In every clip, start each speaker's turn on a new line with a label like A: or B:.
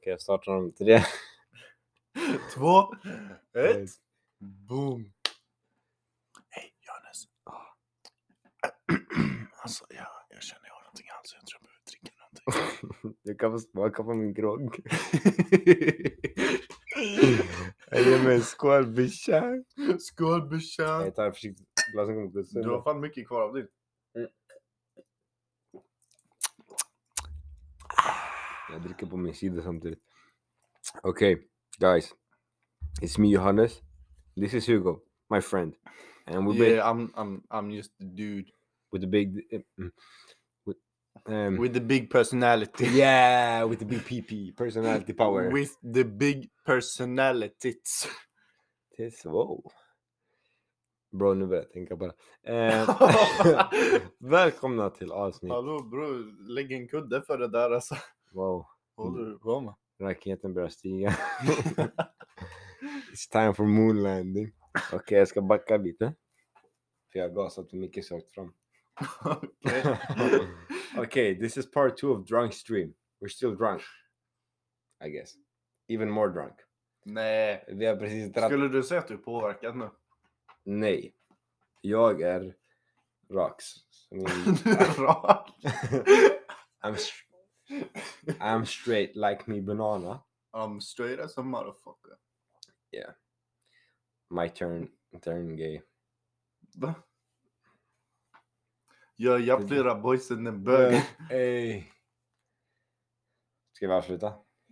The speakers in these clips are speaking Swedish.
A: Okej, jag startar om 3,
B: 2, 1. Boom. Hej, Johannes. Alltså, jag känner jag har någonting alls. Jag tror jag behöver dricka någonting.
A: Du kan få smaka på min grogg. Jag ger mig en skål, bisha.
B: Skål, brorsan.
A: Jag tar försiktigt glasen kommer gå
B: Du
A: sönder.
B: har fan mycket kvar av din.
A: Jag dricker på min sida samtidigt. Okay, guys. It's me, Johannes. This is Hugo, my friend. And we're
B: I'm just the dude
A: with the big...
B: with the big personality.
A: Yeah, with the big PP, personality power.
B: With the big personalities.
A: This, wow. Bro, nu börjar jag tänka bara. Välkomna till avsnitt.
B: Hallå bro, lägg en kudde för det där alltså.
A: Wow.
B: Vad håller du på med?
A: Raketen börjar stiga. It's time for moon landing. Okej, jag ska backa lite. För jag har gasat för mycket sökt fram. Okay, this is part 2 of drunk stream. We're still drunk, I guess. Even more drunk.
B: Nej.
A: Vi har precis
B: Skulle du säga att du är påverkad nu?
A: Nej. Jag är raks.
B: Du är rak.
A: I'm straight like me banana.
B: I'm straight as a motherfucker.
A: Yeah. My turn gay.
B: Va? Jag flera boysen en bög.
A: Hey. Ska vi avsluta?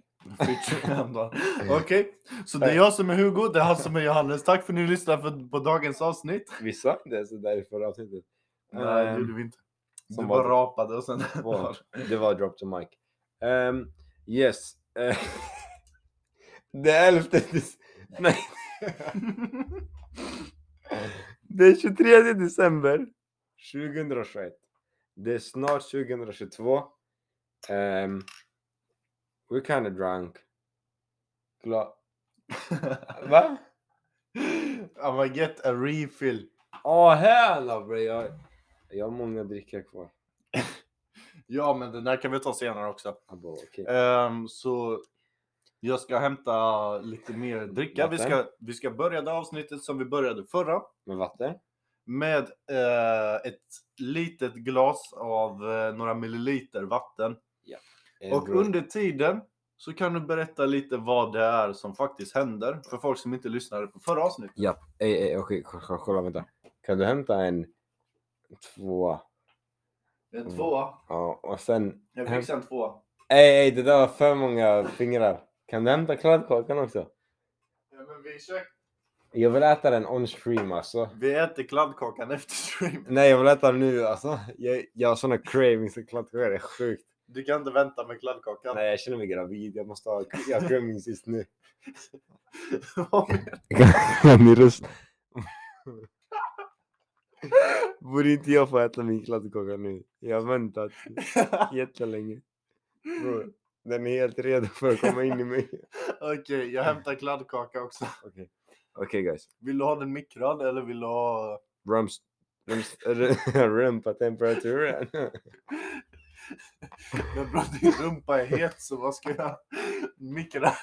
B: Okej, så det är jag som är Hugo, det är han som är Johannes. Tack för att ni lyssnade på dagens avsnitt.
A: Vi sa det så där i förra avsnittet.
B: Nej, det gjorde vi inte. Du bara rapade och sen...
A: Det var drop to mic. Yes. Det är 11. Nej. Det är 23 december 2021. Det är snart 2022. We're kind of drunk. Va?
B: I'm gonna get a refill.
A: Hell bro. Jag har många drickor kvar.
B: Ja, men den där kan vi ta senare också.
A: Okay.
B: Så jag ska hämta lite mer dricka. Vi ska börja det avsnittet som vi började förra.
A: Med vatten?
B: Med ett litet glas av några milliliter vatten.
A: Ja.
B: Och under tiden så kan du berätta lite vad det är som faktiskt händer. För folk som inte lyssnade på förra avsnittet.
A: Ja, okej, kolla, vänta. Kan du hämta en 2?
B: En 2?
A: Ja, och sen...
B: Jag fixar en 2.
A: Ej, det där var för många fingrar. Kan du hämta kladdkakan också?
B: Ja, men vi kör.
A: Jag vill äta den on stream alltså.
B: Vi äter kladdkakan efter stream.
A: Nej, jag vill äta den nu alltså. Jag har såna cravings och kladdkakor, det är sjukt.
B: Du kan inte vänta med kladdkakan.
A: Nej, jag känner mig gravid. Jag måste ha cravings just nu.
B: Vad menar
A: du? Kan ni rösta? Borde inte jag få äta min kladdkaka nu? Jag har väntat jättelänge. Bro, den är helt redo för att komma in i mig.
B: Okej, jag hämtar kladdkaka också.
A: Okej, guys.
B: Vill du ha den mikrad eller vill du ha...
A: Rumpa temperaturen.
B: Men bra, din rumpa är het så vad ska jag mikra?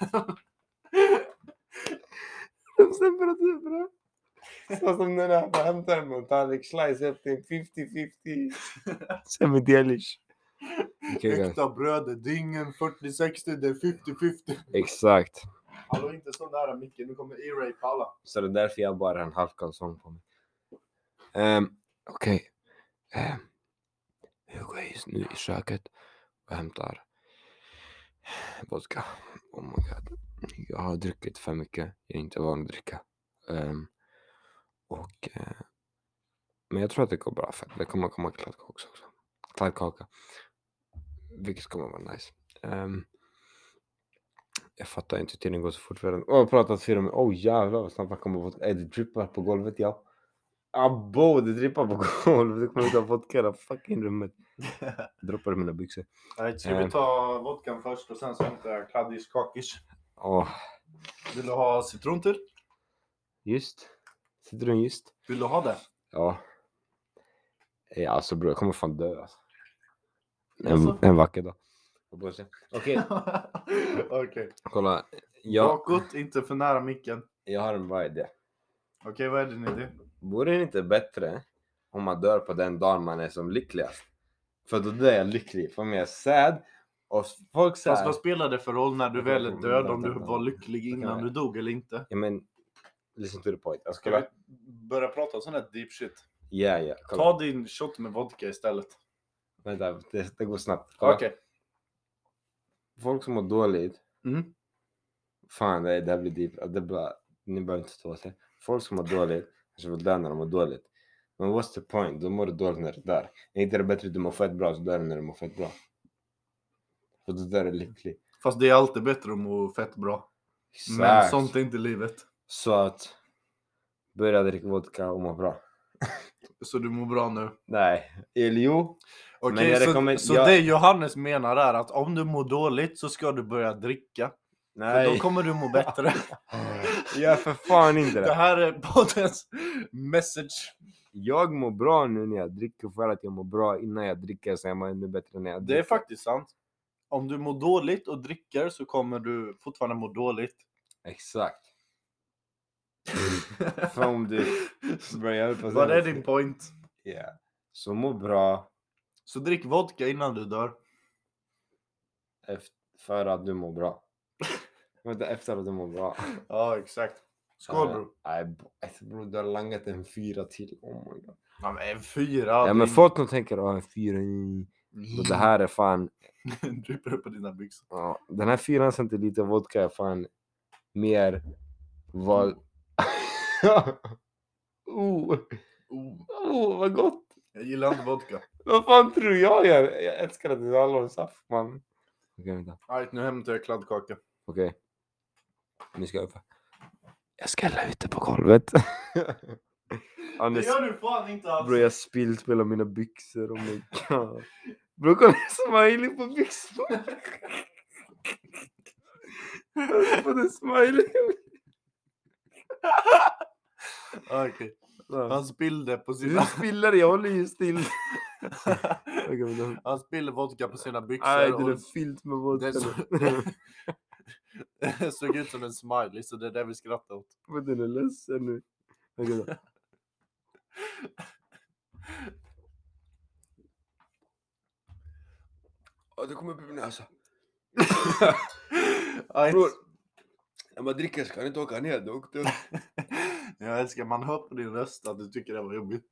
A: Rumstemperatur, bra. Så som den här på hemtermen. Tallrik slice upp till 50-50. Semi-delish.
B: Äkta bröd är dingen 40-60, det är 50-50.
A: Exakt.
B: Hallå, inte så nära micken, nu kommer e-rape alla.
A: Så det är därför jag bara har en halv kalsong på mig. Okej. Hugo är just nu i köket och hämtar vodka. Oh my god. Jag har druckit för mycket. Jag är inte van att dricka. Men jag tror att det går bra för det kommer komma kladdkaka också. Kladdkaka. Vilket kommer vara nice. Jag fattar inte hur tiden går så fort. Jag har pratat 4 minuter. Jävlar vad snabbt man kommer vodka. Det drippar på golvet, ja. Det drippar på golvet. Det kommer ut av vodka i fucking rummet. Droppar mina byxor.
B: Ska vi ta vodkan först och sen så hämtar jag kladdis kakis. Vill du ha citron till?
A: Just. Citron just.
B: Vill du ha det?
A: Ja. Alltså bro, jag kommer fan dö alltså. En vacker dag. Okej,
B: Okej.
A: kolla.
B: Bakåt, inte för nära micken.
A: Jag har en bra idé.
B: Okej, vad är din idé?
A: Vore det inte bättre om man dör på den dagen man är som lyckligast? För då är jag lycklig. För mig är sad. Och folk säger...
B: Fast vad spelar det för roll när du
A: Okej,
B: väl är död om du
A: vänta.
B: var lycklig innan
A: Okej.
B: du dog eller inte?
A: Ja men, listen to the point. Jag
B: Ska vi börja prata om sån här deep shit?
A: Ja, kolla.
B: Ta din shot med vodka istället.
A: Vänta, det går snabbt. Kolla.
B: Okej.
A: Folk som mår dåligt.
B: Mm.
A: Fan, det här blir deep. Det bara, ni behöver inte ta sig. Folk som mår dåligt kanske vill dö när de mår dåligt. Men what's the point? Då mår du dåligt när du dör. Är inte det bättre att du mår fett bra så dör du när du mår fett bra? För då dör du lycklig.
B: Fast det är alltid bättre att må fett bra.
A: Exakt.
B: Men sånt är inte livet.
A: Så att börja dricka vodka och må bra.
B: Så du mår bra nu.
A: Nej, eller jo. Men
B: Okej,
A: jag
B: så det Johannes menar är att om du mår dåligt så ska du börja dricka.
A: Nej.
B: För då kommer du må bättre.
A: Jag för fan inte
B: Det
A: det.
B: här är poddens message.
A: Jag mår bra nu när jag dricker för att jag mår bra innan jag dricker så jag mår ännu bättre när jag dricker.
B: Det är faktiskt sant. Om du mår dåligt och dricker så kommer du fortfarande må dåligt.
A: Exakt. För om du börjar på
B: Vad är din point?
A: Yeah. Så må bra
B: Så drick vodka innan du dör.
A: för att du mår bra. Vänta, efter att du mår bra.
B: Ja, exakt. Skål bro.
A: Nej, bro, du har langat en 4 till. Oh my god.
B: Ja, men en 4.
A: Ja, men folk nog tänker en 4. Och det här är fan.
B: Dryper upp på dina byxor.
A: Ja, den här 4 centiliter vodka är fan mer vad. Vad gott.
B: Jag gillar inte vodka.
A: Vad fan tror jag gör? Jag älskar att det är hallonsaft, man. Okej, vänta.
B: Nej, nu hämtar jag kladdkaka.
A: Okej. Nu ska jag upp. Jag ska hälla ut det på golvet.
B: Det gör du fan inte alls.
A: Bro, jag spillt mellan mina byxor. Oh my god. Bro, kolla smiley på byxorna. Jag får en smiley.
B: Okej. Han spillde på
A: Du
B: sina...
A: spiller, jag håller ju still.
B: Han spillde vodka på sina byxor.
A: Nej, det är fyllt med vodka.
B: Det såg ut som en smiley, så det är det vi skrattar åt.
A: Men den är ledsen nu. Det kommer upp i min näsa. Bror, när man dricker ska man inte åka ner, doktor.
B: Jag älskar, man hör på din röst att du tycker det var jobbigt.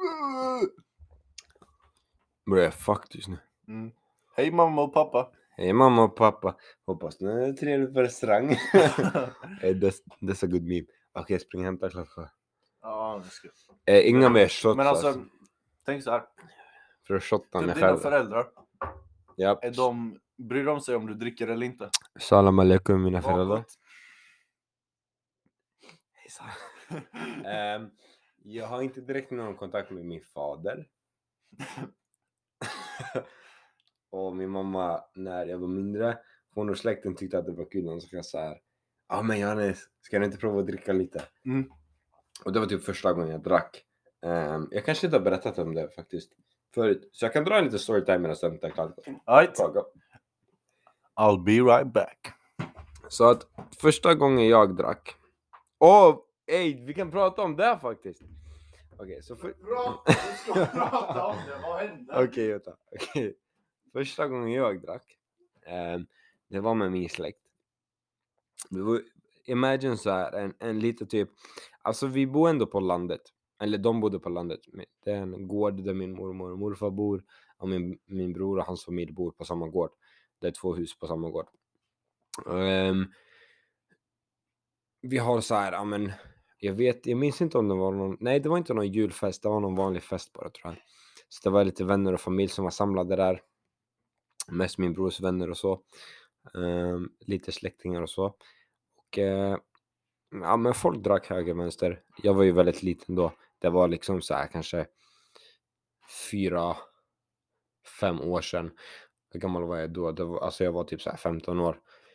A: Bror, jag är fucked just nu.
B: Hej mamma och pappa.
A: Hej mamma och pappa. Hoppas det är trevligt på restaurang. That's a good meme. Okej, spring och hämta klockan.
B: Ja, det ska.
A: Inga mer shots.
B: Men alltså, tänk så här.
A: För att shotta mig
B: Dina
A: själv.
B: föräldrar,
A: Japp.
B: bryr de sig om du dricker eller inte?
A: Salam alaikum mina föräldrar. Jag har inte direkt någon kontakt med min fader. Och min mamma när jag var mindre, hon och släkten tyckte att det var kul. Och så kan så här: ja men Johannes, ska du inte prova att dricka lite? Och det var typ första gången jag drack. Jag kanske inte har berättat om det faktiskt förut, så jag kan dra en liten storytime medan jag hämtar klockan.
B: I'll be right back.
A: Så att första gången jag drack. Vi kan prata om det faktiskt. Okej, så
B: Du ska prata om det, vad hände?
A: Okej, vänta. Okej. Första gången jag drack, det var med min släkt. Imagine så här, en lite typ, alltså vi bor ändå på landet. Eller de bodde på landet. Det är en gård där min mormor och morfar bor. Och min bror och hans familj bor på samma gård. Det är 2 hus på samma gård. Vi har så här, men jag minns inte om det var någon, nej det var inte någon julfest, det var någon vanlig fest bara tror jag. Så det var lite vänner och familj som var samlade där. Mest min brors vänner och så. Lite släktingar och så. Och men folk drack höger vänster. Jag var ju väldigt liten då. Det var liksom så här kanske 4-5 år sedan. Hur gammal var jag då? Alltså jag var typ så här 15 år.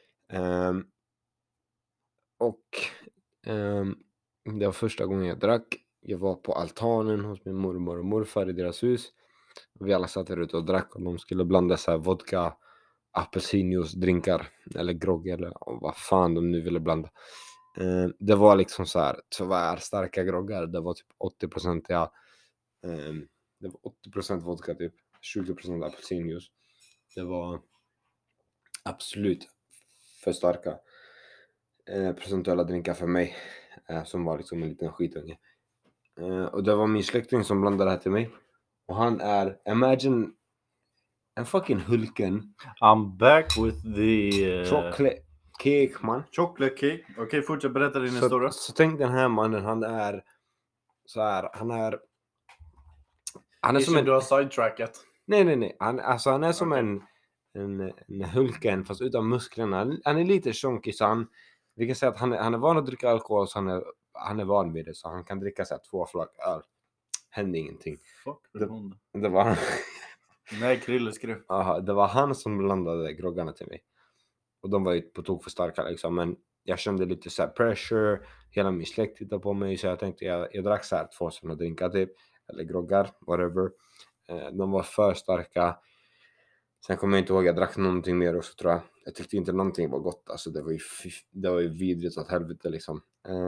A: Det var första gången jag drack. Jag var på altanen hos min mormor och morfar i deras hus. Vi alla satt där ute och drack och de skulle blanda så här vodka, apelsinjuice, drinkar eller grogg eller vad fan de nu ville blanda. Det var liksom så här tvärstarka groggar. Det var typ 80%, ja. Det var 80% vodka typ, 20% apelsinjuice. Det var absolut för starka procentuella drinkar för mig, som var liksom en liten skitunge. Och det var min släkting som blandade det här till mig. Och han är, imagine en fucking Hulken.
B: I'm back with the
A: Chocolate cake, man.
B: chocolate cake. Okej, fortsätt berätta din historia.
A: Så tänk den här mannen, han är så här, han är som en...
B: Du har sidetrackat.
A: Nej. Han är som en Hulken fast utan musklerna. Han är lite chunky, så vi kan säga att han är van att dricka alkohol, så han är van vid det, så han kan dricka så här 2 flak öl. Hände ingenting.
B: Fuck
A: Det var han.
B: Nej, Krille skrev.
A: Aha, det var han som blandade groggarna till mig. Och de var ju på tok för starka liksom, men jag kände lite så här pressure. Hela min släkt tittade på mig, så jag tänkte jag drack så här 2 sådana drinkar typ, eller groggar, whatever. De var för starka. Sen kommer jag inte ihåg, jag drack någonting mer också tror jag. Jag tyckte inte någonting var gott, alltså det var ju vidrigt åt helvete liksom.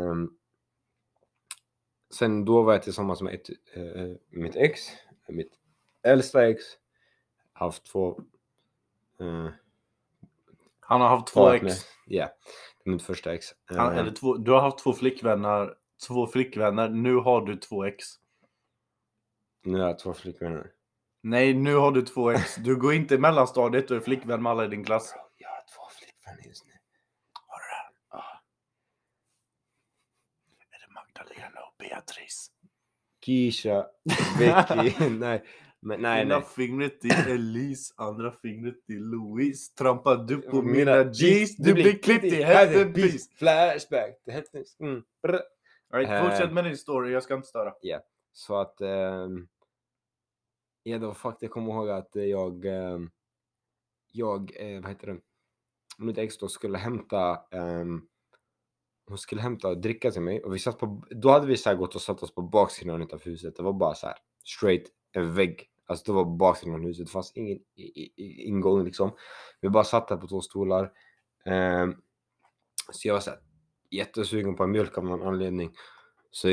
A: Sen då var jag tillsammans med mitt äldsta ex. Haft 2
B: Han har haft 2 ex.
A: Ja, det är mitt första ex.
B: Eller du har haft 2 flickvänner, nu har du 2 ex.
A: Nu har jag 2 flickvänner.
B: Nej, nu har du 2 ex. Du går inte i mellanstadiet och är flickvän med alla i din klass.
A: Jag har 2 flickvänner just nu.
B: Har du det? Ja. Är det Magdalena och Beatrice?
A: Kisha, Becky, nej. Men nej.
B: Ena fingret till Elise, andra fingret till Louise. Trampar du på mina jeans, du blir klippt i heaven peace.
A: Flashback.
B: Fortsätt med din story, jag ska inte störa.
A: Ja, så att ja, då faktiskt jag kommer ihåg att jag vad heter det? Mitt ex då skulle hämta hon skulle hämta och dricka till mig, och vi satt då hade vi så här gått och satt oss på baksidan av huset. Det var bara så här straight en vägg. Alltså det var baksidan av huset. Det fanns ingen ingång liksom. Vi bara satt där på 2 stolar. Så jag var så här jättesugen på en mjölk av någon anledning. Så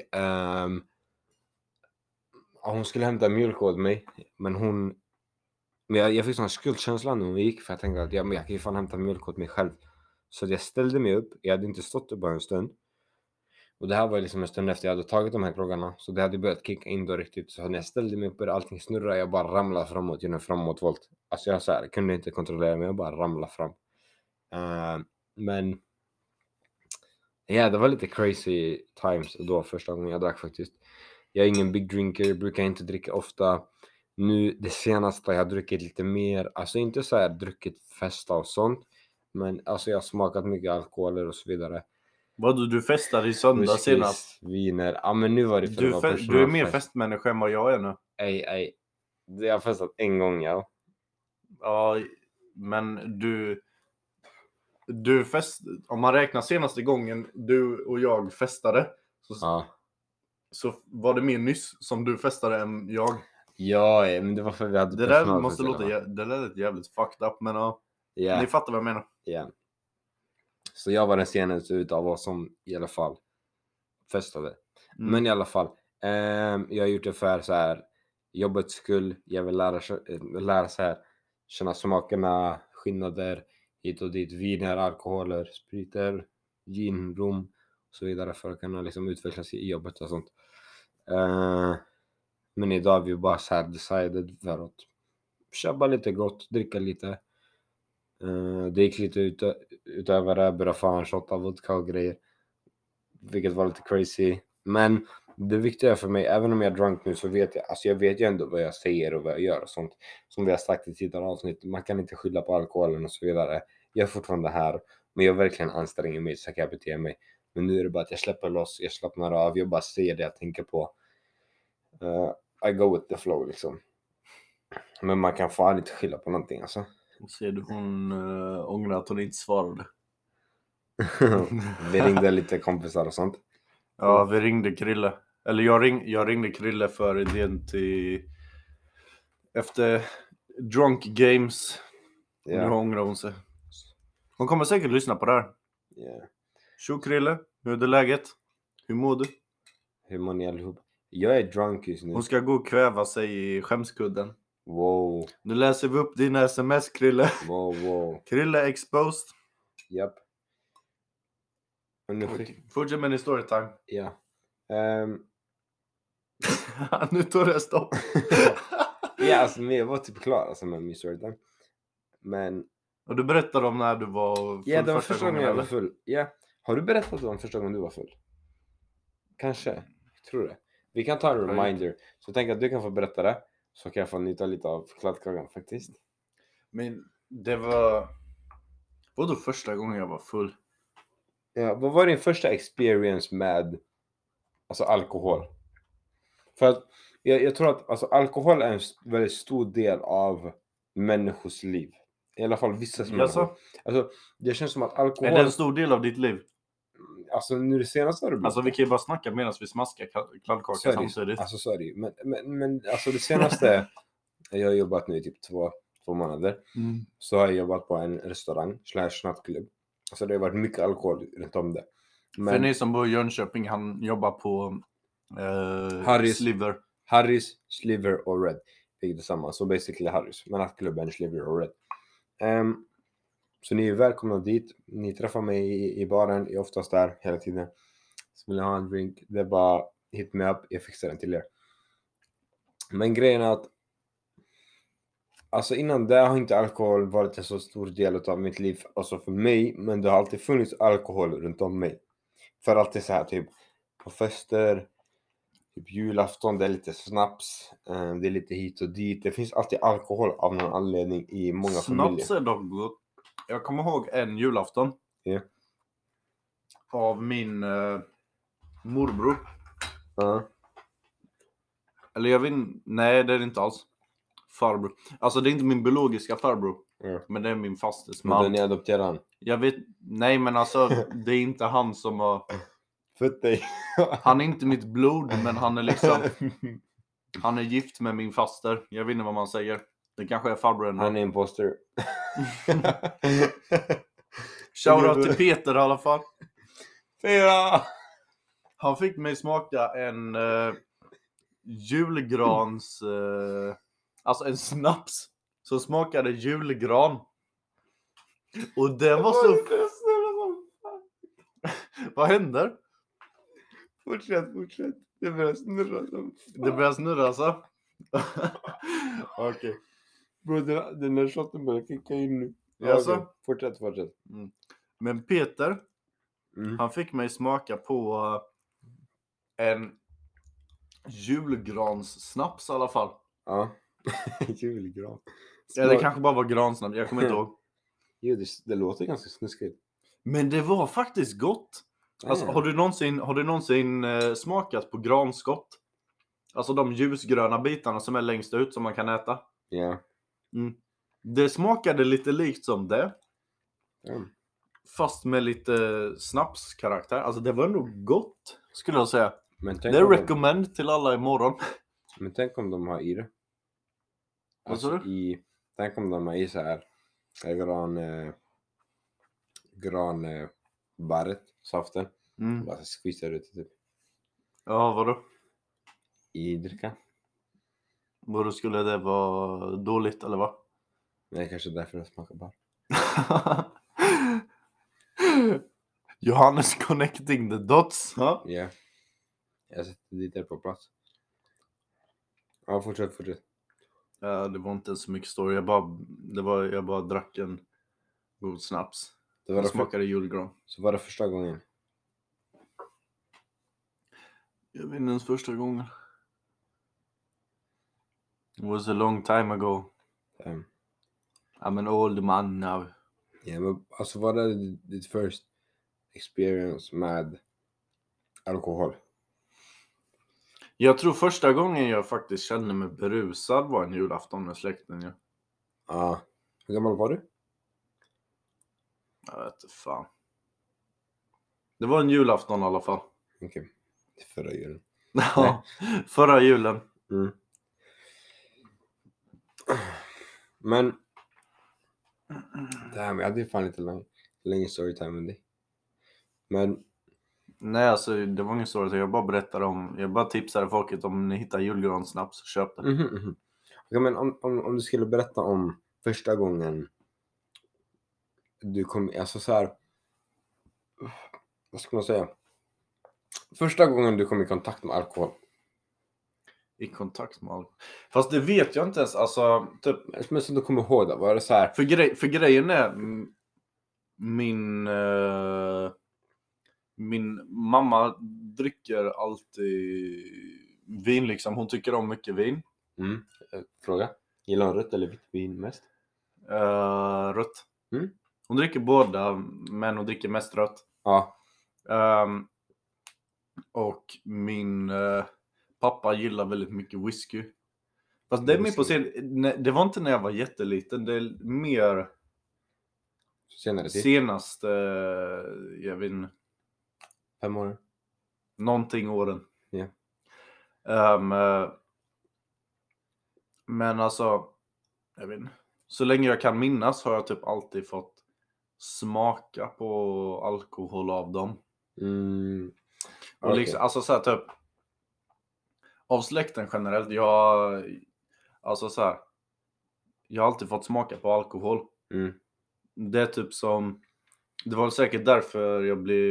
A: hon skulle hämta mjölk åt mig, men jag fick sån skuldkänsla när hon gick, för jag tänkte att jag kan ju fan hämta mjölk åt mig själv. Så jag ställde mig upp. Jag hade inte stått upp bara en stund. Och det här var liksom en stund efter jag hade tagit de här groggarna. Så det hade börjat kicka in då riktigt. Så när jag ställde mig upp och allting snurrade, jag bara ramlade framåt genom framåtvolt. Alltså jag kunde inte kontrollera mig, jag bara ramlade fram. Men ja, det var lite crazy times då, första gången jag drack faktiskt. Jag är ingen big drinker, brukar inte dricka ofta. Nu det senaste jag har druckit lite mer, alltså inte så här druckit festa och sånt, men alltså jag har smakat mycket alkoholer och så vidare.
B: Vadå, du festade i söndag senast?
A: Viner. Ja, men nu var det för
B: du är mer festmänniska än vad jag är nu.
A: Ej. Jag har festat en gång, ja.
B: Ja, men du om man räknar senaste gången du och jag festade, så var det mer nyss som du festade än jag.
A: Ja, men det var för vi hade
B: det där måste det lät jävligt fucked up, men ni fattar vad jag menar.
A: Ja. Så jag var den senaste utav oss som i alla fall festade. Men i alla fall, jag har gjort det för så här jobbets skull. Jag vill lära så här, känna smakerna, skillnader hit och dit, viner, alkoholer, spriter, gin, rom och så vidare, för att kunna liksom utvecklas i jobbet och sånt. Men idag har vi bara så här decided för att köpa lite gott, dricka lite. Det gick lite utöver det, började fan shotta vodka och grejer, vilket var lite crazy. Men det viktiga för mig, även om jag är drunk nu, så vet jag vet ju ändå vad jag säger och vad jag gör och sånt. Som vi har sagt i tidigare avsnitt, man kan inte skylla på alkoholen och så vidare. Jag är fortfarande här, men jag verkligen anstränger mig så kan jag bete mig. Men nu är det bara att jag släpper loss, jag slappnar av, jag bara ser det jag tänker på. I go with the flow liksom. Men man kan fan inte skylla på någonting alltså.
B: Ser du, hon ångrar att hon inte svarade.
A: Vi ringde lite kompisar och sånt.
B: Ja, vi ringde Krille. Eller jag ringde Krille för idén till efter Drunk Games Nu ångrar hon sig. Hon kommer säkert lyssna på det här.
A: Yeah.
B: Tjo Krille, hur är det läget? Hur mår du?
A: Hur mår ni allihop? Jag är drunk just nu.
B: Hon ska gå och kväva sig i skämskudden.
A: Wow.
B: Nu läser vi upp dina sms, Krille.
A: Wow.
B: Krille exposed.
A: Japp.
B: Fortsätt med din storytime.
A: Ja.
B: Nu tog det stopp.
A: Ja, alltså jag var typ klar alltså, med min storytime. Men...
B: Och du berättade om när du var full.
A: Ja, det var första gången jag var full. Ja. Har du berättat om första gången du var full? Kanske. Jag tror det. Vi kan ta en reminder. Så jag tänker att du kan få berätta det. Så kan jag få nytta lite av kladdkakan faktiskt.
B: Men det var... Vadå första gången jag var full?
A: Ja, vad var din första experience med alltså alkohol? För att jag tror att alltså, alkohol är en väldigt stor del av människors liv. I alla fall vissa människor. Alltså, det känns som att alkohol...
B: Är det en stor del av ditt liv?
A: Alltså nu det senaste har det blivit.
B: Alltså vi kan ju bara snacka medan vi smaskar kladdkaka samtidigt.
A: Alltså så är det ju. Men alltså det senaste... Jag har jobbat nu i typ två månader. Så har jag jobbat på en restaurang / nattklubb. Alltså det har varit mycket alkohol runt om det.
B: Men... För ni som bor i Jönköping, han jobbar på
A: Harrys, Sliver och Red. Vilket är samma. Så basically Harrys. Men nattklubben, Sliver och Red. Så ni är välkomna dit. Ni träffar mig i baren. Jag är oftast där hela tiden. Så vill jag ha en drink. Det är bara hit me up. Jag fixar den till er. Men grejen är att alltså innan det har inte alkohol varit en så stor del av mitt liv. Alltså för mig. Men det har alltid funnits alkohol runt om mig. För alltid så här typ på fester. Typ julafton, det är lite snaps. Det är lite hit och dit. Det finns alltid alkohol av någon anledning i många familjer.
B: Snaps är dock gott. Jag kommer ihåg en julafton.
A: Ja.
B: Av min morbror.
A: Ja.
B: Eller jag vet inte. Nej, det är det inte alls. Farbror. Alltså det är inte min biologiska farbror.
A: Ja.
B: Men det är min fastes man.
A: Men den är adopterad.
B: Jag vet. Nej, men alltså det är inte han som har
A: fött dig.
B: Han är inte mitt blod, men han är liksom han är gift med min faster. Jag vet inte vad man säger. Det kanske är farbror ändå.
A: Han är imposter.
B: Shoutout till Peter i alla fall.
A: 4.
B: Han fick mig smaka en julgrans alltså en snaps som smakade julgran. Och den var så Vad händer?
A: Fortsätt. Det börjar snurra.
B: Det börjar snurra alltså.
A: Okej. Bro, den där shotten börjar kicka in nu.
B: Alltså?
A: Okay. Fortsätt.
B: Men Peter, han fick mig smaka på en julgranssnaps i alla fall.
A: Ja, julgran.
B: Ja, det kanske bara var gransnaps, jag kommer inte ihåg.
A: Jo, det låter ganska snuskigt.
B: Men det var faktiskt gott. Alltså, har du någonsin smakat på granskott? Alltså de ljusgröna bitarna som är längst ut som man kan äta.
A: Ja.
B: Det smakade lite likt som det. Fast med lite snapskaraktär. Alltså det var nog gott, skulle jag säga.
A: Men
B: det är recommend till alla imorgon.
A: Men tänk om de har i det.
B: Alltså
A: tänk om de har i så här granbarret, saften. Bara skvisar ut typ.
B: Ja, vadå?
A: I dricka.
B: Vadå, skulle det vara dåligt eller vad?
A: Nej, kanske därför det smakar bara.
B: Johannes connecting the dots.
A: Ja. Yeah. Jag sätter dit det på plats. Ja, fortsätt.
B: Ja, det var inte så mycket story. Jag bara drack en god snaps. Det smakade julgran.
A: Så var det första gången?
B: Jag vet inte ens första gången. It was a long time ago. I'm an old man now.
A: Ja, men alltså vad är ditt first experience med alkohol?
B: Jag tror första gången jag faktiskt kände mig berusad var en julafton med släkten. Ja.
A: Ja. Hur gammal var du?
B: Jag vet inte fan. Det var en julafton i alla fall.
A: Okej. Förra julen.
B: Ja, förra julen.
A: Men Det här, men jag hade fan lite länge storytime med dig. Men
B: Nej, alltså det var ingen story. Jag bara tipsade folket om ni hittar julgranssnaps så köp det.
A: Okej, men om du skulle berätta om första gången du kom, alltså så här, vad ska man säga? Första gången du kom i kontakt med alkohol.
B: I kontakt med alkohol. Fast det vet jag inte ens. Alltså, typ.
A: Men som du kommer ihåg då, var det så här?
B: För grejen är min mamma dricker alltid vin liksom. Hon tycker om mycket vin.
A: Fråga. Gillar hon rött eller vitt vin mest?
B: Rött. Hon dricker båda, men hon dricker mest rött.
A: Ja.
B: Och min pappa gillar väldigt mycket whisky. Fast det är mer på det var inte när jag var jätteliten. Det är mer senaste, jag vet inte,
A: 5 år.
B: någonting åren.
A: Yeah.
B: Men alltså, jag vet inte. Så länge jag kan minnas har jag typ alltid fått smaka på alkohol av dem. Och liksom, alltså så här, typ av släkten generellt, alltså så här, jag har alltid fått smaka på alkohol. Det är typ som, det var säkert därför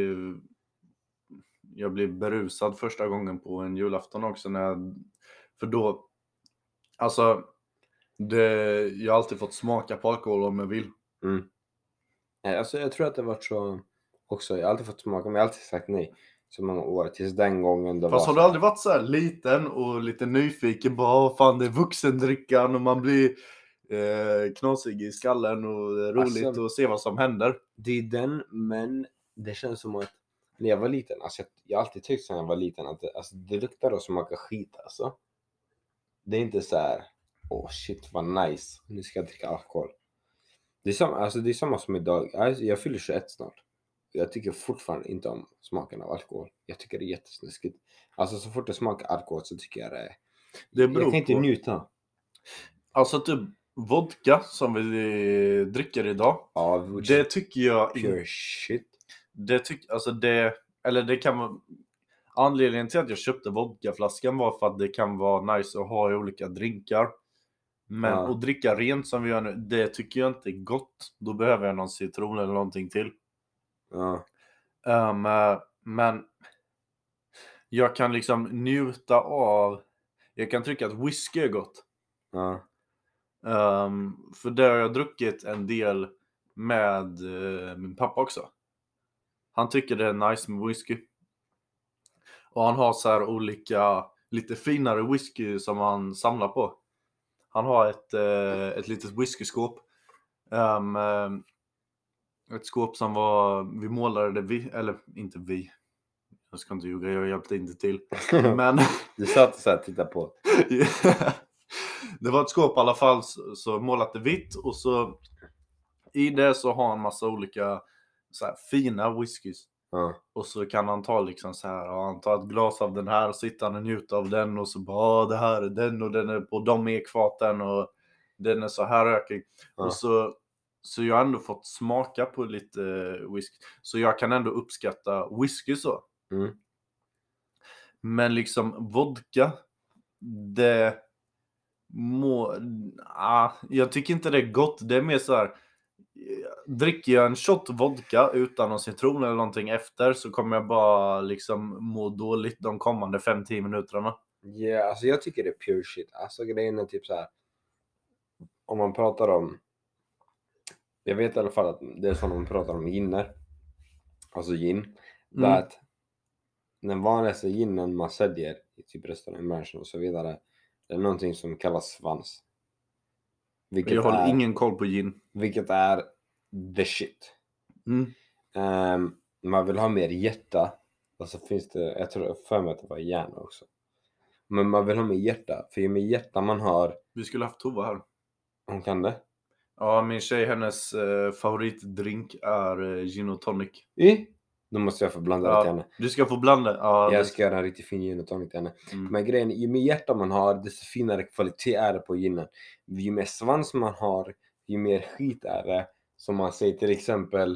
B: jag blev berusad första gången på en julafton också, för då, alltså jag har alltid fått smaka på alkohol om jag vill.
A: Alltså jag tror att det var så också, jag har alltid fått smaka, men jag har alltid sagt nej så många år, tills den gången det.
B: Fast har du aldrig varit så här liten och lite nyfiken, bara fan det är vuxendrickan och man blir knasig i skallen och det är roligt alltså, att se vad som händer.
A: Det är den, men det känns som att när jag var liten, alltså jag har alltid tyckt när jag var liten att det luktar och smakar skit alltså. Det är inte så här, shit vad nice, nu ska jag dricka alkohol. Det är samma som idag, jag fyller 21 snart. Jag tycker fortfarande inte om smaken av alkohol. Jag tycker det är jättesnuskigt. Alltså så fort det smakar alkohol så tycker jag det jag kan inte njuta.
B: Alltså typ vodka som vi dricker idag.
A: Ja,
B: det tycker jag
A: pure shit.
B: Det kan vara anledningen till att jag köpte vodkaflaskan var för att det kan vara nice att ha i olika drinkar. Men att dricka rent som vi gör nu, det tycker jag inte är gott. Då behöver jag någon citron eller någonting till. Men jag kan liksom njuta av, jag kan tycka att whisky är gott. För det har jag druckit en del med min pappa också. Han tycker det är nice med whisky. Och han har så här olika lite finare whisky som han samlar på. Han har ett litet whiskyskåp. Ett skåp som vi målade det eller inte vi. Jag ska inte ljuga, jag hjälpte inte till. Men
A: du satt så här och tittade på.
B: Det var ett skåp i alla fall, så målat det vitt och så i det så har han massa olika så här fina whiskys. Och så kan han ta liksom så här, han tar ett glas av den här och sitter han och njuter av den och så bara det här är den och den är på de ekfaten och den är så här rökig. Och så jag har ändå fått smaka på lite whisky. Så jag kan ändå uppskatta whisky så. Men liksom vodka, jag tycker inte det är gott. Det är mer så här, dricker jag en shot vodka utan någon citron eller någonting efter så kommer jag bara liksom må dåligt de kommande 5-10 minuterna.
A: Ja, alltså jag tycker det är pure shit. Alltså grejen är typ så här, om man pratar om, jag vet i alla fall att det är som man pratar om ginner. Alltså gin. Det är att den vanligaste ginen man säljer i typ restaurangbranschen och så vidare, det är någonting som kallas svans.
B: Jag har ingen koll på gin.
A: Vilket är the shit. Man vill ha mer hjärta. Och så finns det, jag tror för mig att det var hjärna också. Men man vill ha mer hjärta. För ju mer hjärta man har.
B: Vi skulle haft Tova här.
A: Hon kan det?
B: Ja, min tjej, hennes favoritdrink är gin och tonic.
A: Då måste jag få blanda det till henne.
B: Du ska få blanda.
A: Jag ska göra en riktigt fin gin och tonic till henne. Men grejen är, ju mer hjärta man har, desto finare kvalitet är det på ginen. Ju mer svans man har, ju mer skit är det. Som man säger till exempel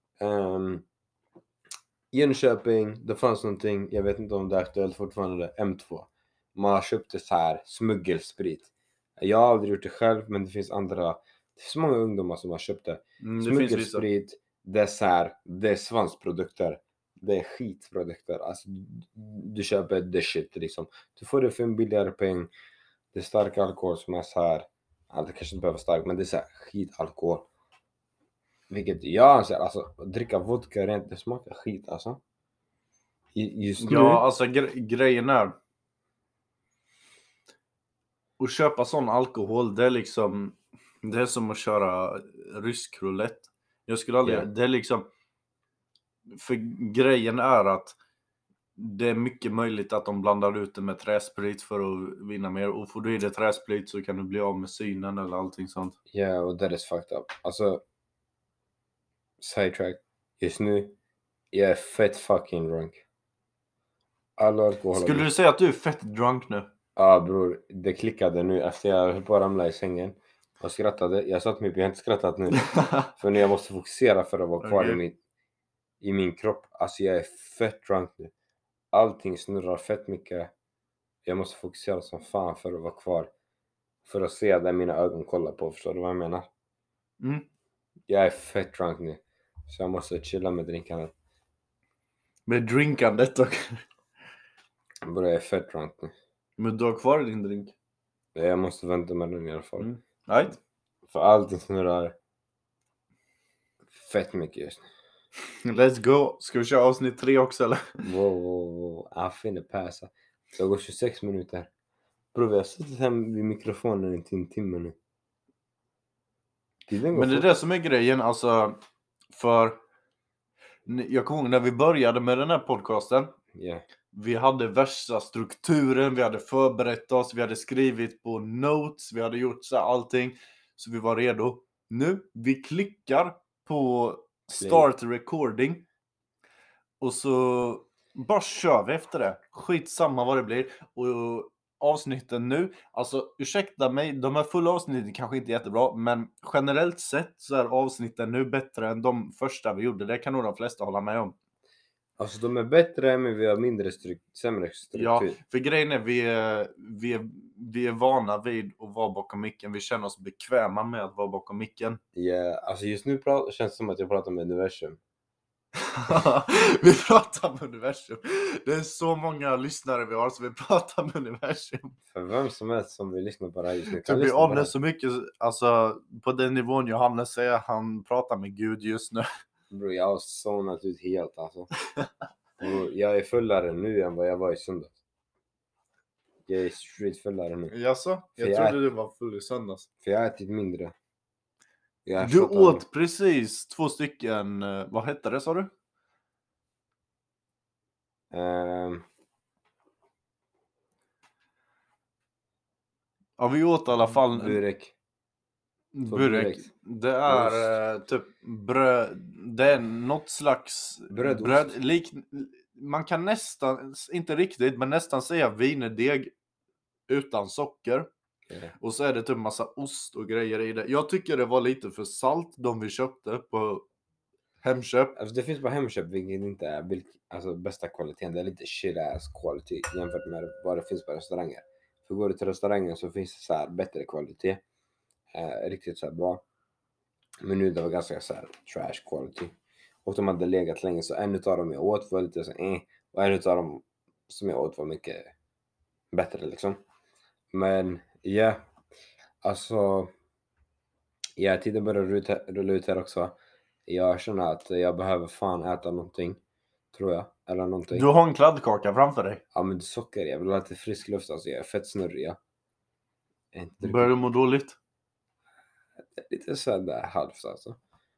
A: Jönköping, det fanns någonting, jag vet inte om det är aktuellt fortfarande, M2. Man köpte så här smuggelsprit. Jag har aldrig gjort det själv, men det finns andra, det finns många ungdomar som har köpt det. Smuggelsprit, det är så här, det är svansprodukter. Det är skitprodukter. Alltså du köper det shit liksom. Du får det för en billigare peng. Det är stark alkohol som är så här, det kanske inte behöver stark, men det är så här skitalkohol. Vilket jag anser, alltså dricka vodka rent, det smakar skit alltså. Just nu.
B: Ja, alltså grejen är att köpa sån alkohol, det är liksom, det är som att köra rysk roulette. Jag skulle aldrig, det är liksom, för grejen är att det är mycket möjligt att de blandar ut det med träsprit för att vinna mer. Och får du i det träsprit så kan du bli av med synen eller allting sånt.
A: Ja, och that is fucked up. Alltså, sidetrack. Just nu, jag är fett fucking drunk. All alkohol.
B: Skulle du säga att du är fett drunk nu?
A: Ja bror, det klickade nu efter jag höll på att ramla i sängen. Och skrattade. Jag satt mig upp, jag har inte skrattat nu. För nu jag måste fokusera för att vara kvar i min kropp. Alltså jag är fett drunk nu. Allting snurrar fett mycket. Jag måste fokusera som fan för att vara kvar. För att se där mina ögon kollar på. Förstår du vad jag menar? Jag är fett drunk nu. Så jag måste chilla med drinkandet.
B: Med drinkandet och...
A: Bror jag är fett drunk nu.
B: Men du har kvar din drink?
A: Jag måste vänta med den i alla fall.
B: Right.
A: För allting snurrar fett mycket just
B: nu. Let's go. Ska vi köra avsnitt 3 också eller?
A: Wow. Jag finner passa. Det går 26 minuter. Bror vi har suttit här vid mikrofonen i en timme nu.
B: Men det är det som är grejen. Alltså, för jag kommer ihåg när vi började med den här podcasten.
A: Yeah.
B: Vi hade värsta strukturen, vi hade förberett oss, vi hade skrivit på notes, vi hade gjort så allting. Så vi var redo. Nu, vi klickar på start recording. Och så bara kör vi efter det. Skitsamma vad det blir. Och avsnitten nu, alltså ursäkta mig, de här fulla avsnitten kanske inte är jättebra, men generellt sett så är avsnitten nu bättre än de första vi gjorde. Det kan nog de flesta hålla med om.
A: Alltså de är bättre, men vi har sämre struktur.
B: Ja, för grejen är vi är vana vid att vara bakom micken. Vi känner oss bekväma med att vara bakom micken.
A: Ja, alltså just nu känns det som att jag pratar med universum.
B: Vi pratar med universum. Det är så många lyssnare vi har, så vi pratar med universum.
A: För vem som helst som vill lyssna på det här just nu.
B: Det blir av det så mycket, alltså på den nivån Johannes säger, han pratar med Gud just nu.
A: Bro, jag har zonat ut helt alltså. Bro, jag är fullare nu än vad jag var i söndags. Jag är street fullare nu.
B: Jaså? Jag trodde du var full i söndags.
A: För jag har ätit mindre.
B: Du åt precis 2 stycken, vad hette det sa du? Ja, vi åt i alla fall
A: burek.
B: Det är typ bröd. Det är något slags bröd man kan nästan, inte riktigt, men nästan säga wienerteg utan socker. Och så är det typ massa ost och grejer i det. Jag tycker det var lite för salt, de vi köpte på Hemköp.
A: Alltså det finns på Hemköp, vilket inte är alltså bästa kvaliteten. Det är lite shit ass quality jämfört med vad det finns på restauranger. För går du till restaurangen så finns det så här bättre kvalitet. Riktigt så här bra. Men nu det var ganska så här trash quality. Och de hade legat länge, så en utav dem jag åt var lite så och en utav dem som jag åt var mycket bättre liksom. Men ja, alltså tiden börjar rulla ut här också. Jag känner att jag behöver fan äta någonting, tror jag, eller någonting.
B: Du har en kladdkaka framför dig.
A: Ja, men socker, jag vill ha lite frisk luft, alltså jag är fett snurrig.
B: Börjar du må dåligt?
A: Lite sådär halvt alltså.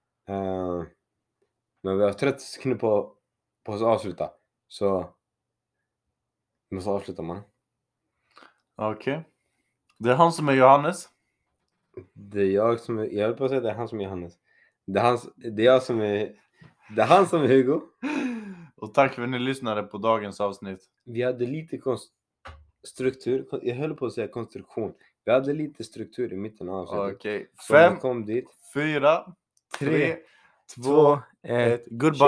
A: Men vi har 30 sekunder på oss att avsluta. Så vi måste avsluta, man.
B: Okej. Det är han som är Johannes.
A: Det är jag som är... Jag höll på att säga det är han som är Johannes. Det är jag som är... Det är han som är Hugo.
B: Och tack för att ni lyssnade på dagens avsnitt.
A: Vi hade lite struktur. Jag höll på att säga konstruktion. Vi hade lite struktur i mitten av avsnittet.
B: Okej.
A: Så vi
B: 5,
A: kom dit.
B: 4, 3, 2, 1. Goodbye.